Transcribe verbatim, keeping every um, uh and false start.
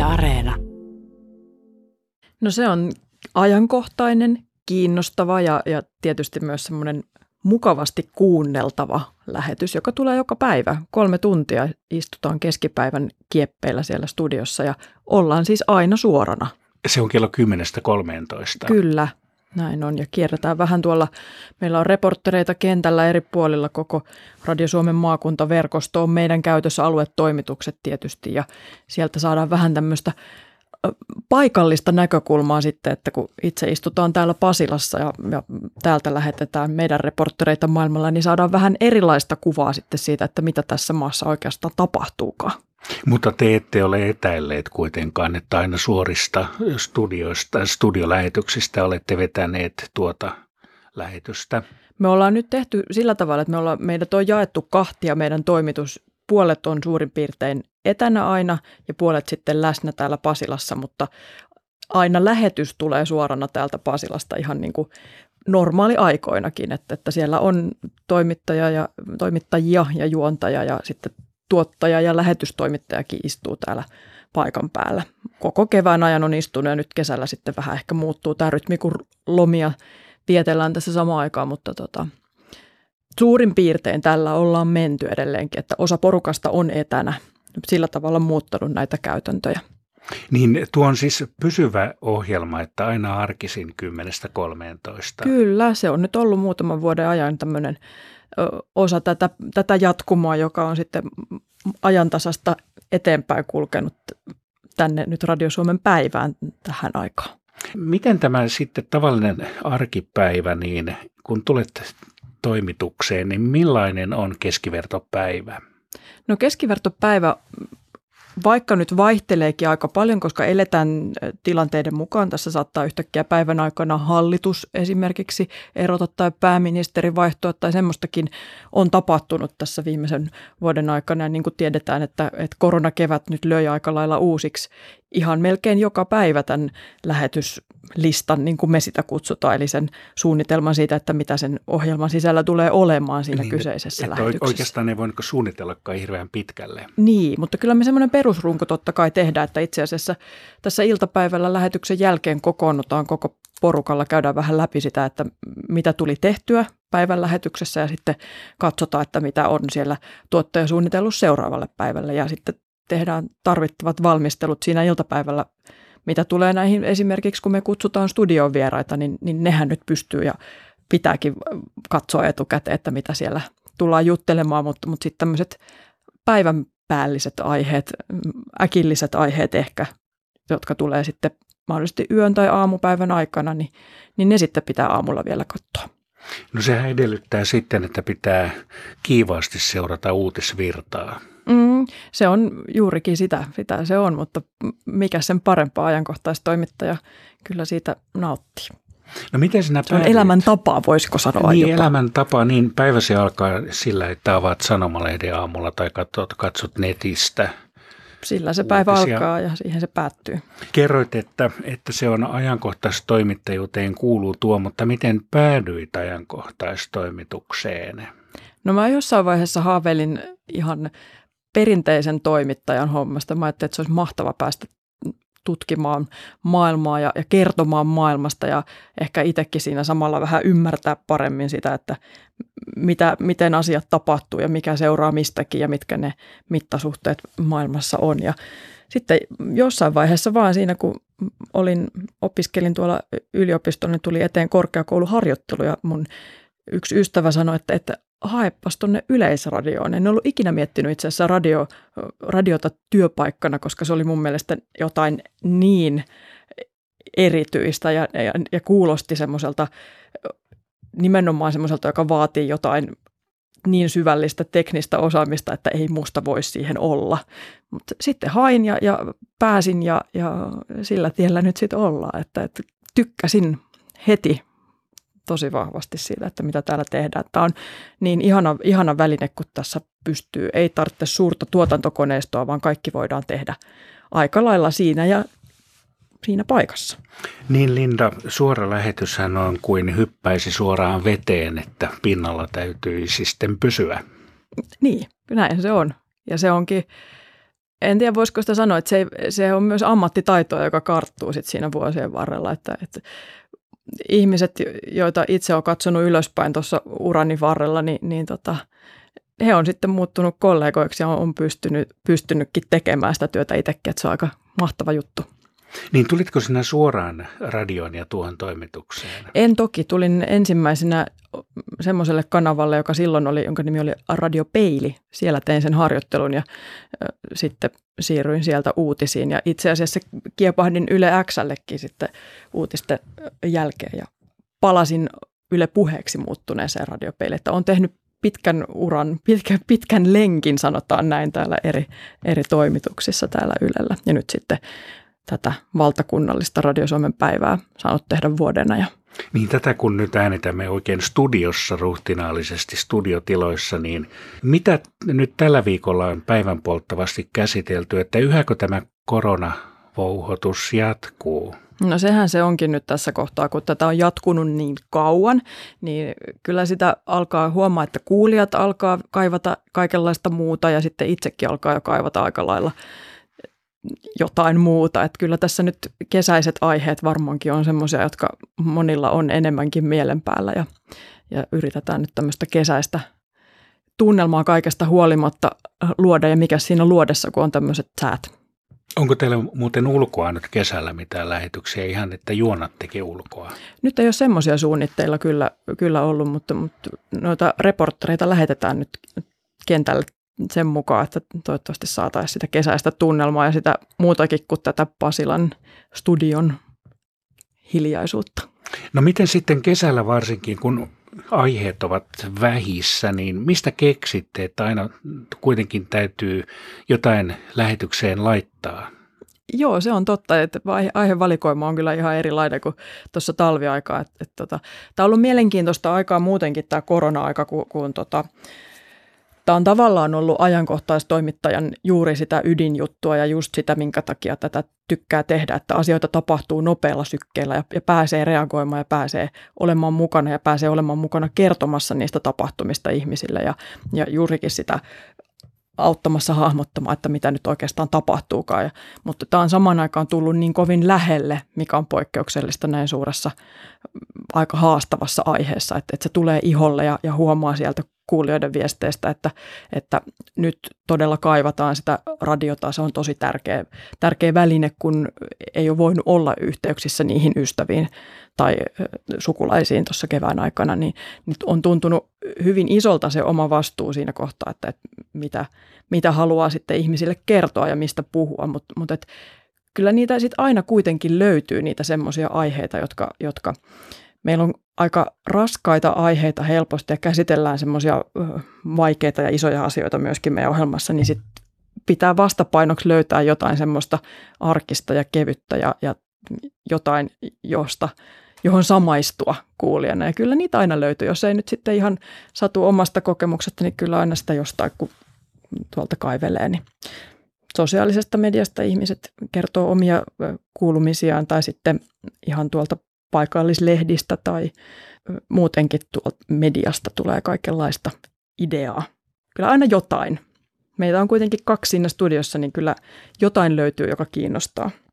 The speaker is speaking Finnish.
Areena. No se on ajankohtainen, kiinnostava ja, ja tietysti myös semmoinen mukavasti kuunneltava lähetys, joka tulee joka päivä. Kolme tuntia istutaan keskipäivän kieppeillä siellä studiossa ja ollaan siis aina suorana. Se on kello kymmenestä kolmeentoista. Kyllä, näin on. Ja kierretään vähän tuolla. Meillä on reporttereita kentällä eri puolilla. Koko Radio Suomen maakuntaverkosto on meidän käytössä, aluetoimitukset tietysti. Ja sieltä saadaan vähän tämmöistä paikallista näkökulmaa sitten, että kun itse istutaan täällä Pasilassa ja, ja täältä lähetetään meidän reporttereita maailmalla, niin saadaan vähän erilaista kuvaa sitten siitä, että mitä tässä maassa oikeastaan tapahtuukaan. Mutta te ette ole etäilleet kuitenkaan, että aina suorista studioista, studiolähetyksistä olette vetäneet tuota lähetystä. Me ollaan nyt tehty sillä tavalla, että me ollaan, meidät on jaettu kahtia meidän toimitus. Puolet on suurin piirtein etänä aina ja puolet sitten läsnä täällä Pasilassa, mutta aina lähetys tulee suorana täältä Pasilasta ihan niin kuin normaaliaikoinakin, että, että siellä on toimittaja ja, toimittajia ja juontaja ja sitten tuottaja ja lähetystoimittajakin istuu täällä paikan päällä. Koko kevään ajan on istunut ja nyt kesällä sitten vähän ehkä muuttuu tämä rytmi, kun lomia vietellään tässä samaan aikaan, mutta tota, suurin piirtein tällä ollaan menty edelleenkin, että osa porukasta on etänä. Sillä tavalla muuttanut näitä käytäntöjä. Niin tuo on siis pysyvä ohjelma, että aina arkisin kymmenestä kolmeentoista. Kyllä, se on nyt ollut muutaman vuoden ajan tämmöinen osa tätä, tätä jatkumoa, joka on sitten ajantasasta eteenpäin kulkenut tänne nyt Radio Suomen päivään tähän aikaan. Miten tämä sitten tavallinen arkipäivä, niin kun tulet toimitukseen, niin millainen on keskivertopäivä? No keskivertopäivä, vaikka nyt vaihteleekin aika paljon, koska eletään tilanteiden mukaan, tässä saattaa yhtäkkiä päivän aikana hallitus esimerkiksi erota tai pääministeri vaihtua tai semmoistakin on tapahtunut tässä viimeisen vuoden aikana. Ja niin kuin tiedetään, että, että koronakevät nyt löi aika lailla uusiksi ihan melkein joka päivä tämän lähetyslistan, niin kuin me sitä kutsutaan, eli sen suunnitelman siitä, että mitä sen ohjelman sisällä tulee olemaan siinä niin, kyseisessä että lähetyksessä. Oikeastaan ei voi suunnitellakaan hirveän pitkälle. Niin, mutta kyllä me semmoinen perusrunko totta kai tehdään, että itse asiassa tässä iltapäivällä lähetyksen jälkeen kokoonnutaan koko porukalla, käydään vähän läpi sitä, että mitä tuli tehtyä päivän lähetyksessä ja sitten katsotaan, että mitä on siellä tuottaja suunnitellut seuraavalle päivälle ja sitten tehdään tarvittavat valmistelut siinä iltapäivällä, mitä tulee näihin esimerkiksi, kun me kutsutaan studioon vieraita, niin, niin nehän nyt pystyy ja pitääkin katsoa etukäteen, että mitä siellä tullaan juttelemaan, mutta, mutta sitten tämmöiset päivän päälliset aiheet, äkilliset aiheet ehkä, jotka tulee sitten mahdollisesti yön tai aamupäivän aikana, niin, niin ne sitten pitää aamulla vielä katsoa. No sehän edellyttää sitten, että pitää kiivaasti seurata uutisvirtaa. Mm, se on juurikin sitä, sitä se on, mutta mikä sen parempaa ajankohtaistoimittaja kyllä siitä nauttii. No miten sinä se on elämäntapa, voisiko sanoa niin, jopa. elämäntapa, niin päiväsi alkaa sillä, että avaat sanomalehden aamulla tai katsot, katsot netistä. Sillä se päivä uutisia alkaa ja siihen se päättyy. Kerroit, että, että se on ajankohtaistoimittajuuteen kuuluu tuo, mutta miten päädyit ajankohtaistoimitukseen? No mä jossain vaiheessa haaveilin ihan perinteisen toimittajan hommasta. Mä ajattelin, että se olisi mahtava päästä tutkimaan maailmaa ja, ja kertomaan maailmasta ja ehkä itsekin siinä samalla vähän ymmärtää paremmin sitä, että mitä, miten asiat tapahtuu ja mikä seuraa mistäkin ja mitkä ne mittasuhteet maailmassa on. Ja sitten jossain vaiheessa vaan siinä, kun olin, opiskelin tuolla yliopistolla, niin tuli eteen korkeakouluharjoittelu ja mun yksi ystävä sanoi, että, että haepas tuonne Yleisradioon. En ollut ikinä miettinyt itse asiassa radio, radiota työpaikkana, koska se oli mun mielestä jotain niin erityistä ja, ja, ja kuulosti semmoiselta, nimenomaan semmoiselta, joka vaatii jotain niin syvällistä teknistä osaamista, että ei musta voisi siihen olla. Mutta sitten hain ja, ja pääsin ja, ja sillä tiellä nyt sitten ollaan, että, että tykkäsin heti tosi vahvasti siitä, että mitä täällä tehdään. Tämä on niin ihana, ihana väline, kun tässä pystyy. Ei tarvitse suurta tuotantokoneistoa, vaan kaikki voidaan tehdä aika lailla siinä ja siinä paikassa. Niin Linda, suora lähetyshän on kuin hyppäisi suoraan veteen, että pinnalla täytyisi sitten pysyä. Niin, näin se on. Ja se onkin en tiedä, voisiko sitä sanoa, että se, se on myös ammattitaitoa, joka karttuu sit siinä vuosien varrella, että, että ihmiset, joita itse olen katsonut ylöspäin tuossa urani varrella, niin, niin tota, he on sitten muuttunut kollegoiksi ja on pystynyt, pystynytkin tekemään sitä työtä itsekin, että se on aika mahtava juttu. Niin tulitko sinä suoraan radioon ja tuohon toimitukseen? En toki. Tulin ensimmäisenä semmoiselle kanavalle, joka silloin oli, jonka nimi oli Radio Peili. Siellä tein sen harjoittelun ja äh, sitten siirryin sieltä uutisiin. Ja itse asiassa kiepahdin Yle X:llekin sitten uutisten jälkeen ja palasin Yle Puheeksi muuttuneeseen Radio Peili. Että olen tehnyt pitkän uran, pitkän, pitkän lenkin sanotaan näin täällä eri, eri toimituksissa täällä Ylellä. Ja nyt sitten tätä valtakunnallista Radio Suomen päivää saanut tehdä vuoden ajan. Niin tätä kun nyt äänitämme oikein studiossa ruhtinaallisesti studiotiloissa, niin mitä nyt tällä viikolla on päivän polttavasti käsitelty, että yhäkö tämä koronavouhotus jatkuu? No sehän se onkin nyt tässä kohtaa, kun tätä on jatkunut niin kauan, niin kyllä sitä alkaa huomaa, että kuulijat alkaa kaivata kaikenlaista muuta ja sitten itsekin alkaa jo kaivata aika lailla jotain muuta. Että kyllä tässä nyt kesäiset aiheet varmaankin on semmoisia, jotka monilla on enemmänkin mielen päällä ja, ja yritetään nyt tämmöistä kesäistä tunnelmaa kaikesta huolimatta luoda ja mikä siinä luodessa, kun on tämmöiset säät. Onko teillä muuten ulkoa nyt kesällä mitään lähetyksiä ihan, että juonattekin ulkoa? Nyt ei ole semmoisia suunnitteilla kyllä, kyllä ollut, mutta, mutta noita reporttereita lähetetään nyt kentälle sen mukaan, että toivottavasti saataisiin sitä kesäistä tunnelmaa ja sitä muutakin kuin tätä Pasilan studion hiljaisuutta. No miten sitten kesällä varsinkin, kun aiheet ovat vähissä, niin mistä keksitte, että aina kuitenkin täytyy jotain lähetykseen laittaa? Joo, se on totta, että aihevalikoima on kyllä ihan erilainen kuin tuossa talviaikaa. Että, että, että, tämä on ollut mielenkiintoista aikaa muutenkin tämä korona-aika, kun, kun tota, tämä on tavallaan ollut ajankohtaistoimittajan juuri sitä ydinjuttua ja just sitä, minkä takia tätä tykkää tehdä, että asioita tapahtuu nopealla sykkeellä ja, ja pääsee reagoimaan ja pääsee olemaan mukana ja pääsee olemaan mukana kertomassa niistä tapahtumista ihmisille ja, ja juurikin sitä auttamassa hahmottamaan, että mitä nyt oikeastaan tapahtuukaan. Ja, mutta tämä on samaan aikaan tullut niin kovin lähelle, mikä on poikkeuksellista näin suuressa, aika haastavassa aiheessa, että, että se tulee iholle ja, ja huomaa sieltä kuulijoiden viesteistä, että, että nyt todella kaivataan sitä radiota. Se on tosi tärkeä, tärkeä väline, kun ei ole voinut olla yhteyksissä niihin ystäviin tai sukulaisiin tuossa kevään aikana, niin nyt on tuntunut hyvin isolta se oma vastuu siinä kohtaa, että, että mitä, mitä haluaa sitten ihmisille kertoa ja mistä puhua, mutta mut kyllä niitä sitten aina kuitenkin löytyy niitä semmoisia aiheita, jotka, jotka meillä on aika raskaita aiheita helposti ja käsitellään semmoisia vaikeita ja isoja asioita myöskin meidän ohjelmassa, niin sitten pitää vastapainoksi löytää jotain semmoista arkista ja kevyttä ja, ja jotain, josta, johon samaistua kuulijana. Ja kyllä niitä aina löytyy. Jos ei nyt sitten ihan satu omasta kokemuksesta, niin kyllä aina sitä jostain, kun tuolta kaivelee. Niin sosiaalisesta mediasta ihmiset kertoo omia kuulumisiaan tai sitten ihan tuolta paikallislehdistä tai muutenkin tuolta mediasta tulee kaikenlaista ideaa. Kyllä aina jotain. Meitä on kuitenkin kaksi siinä studiossa, niin kyllä jotain löytyy, joka kiinnostaa.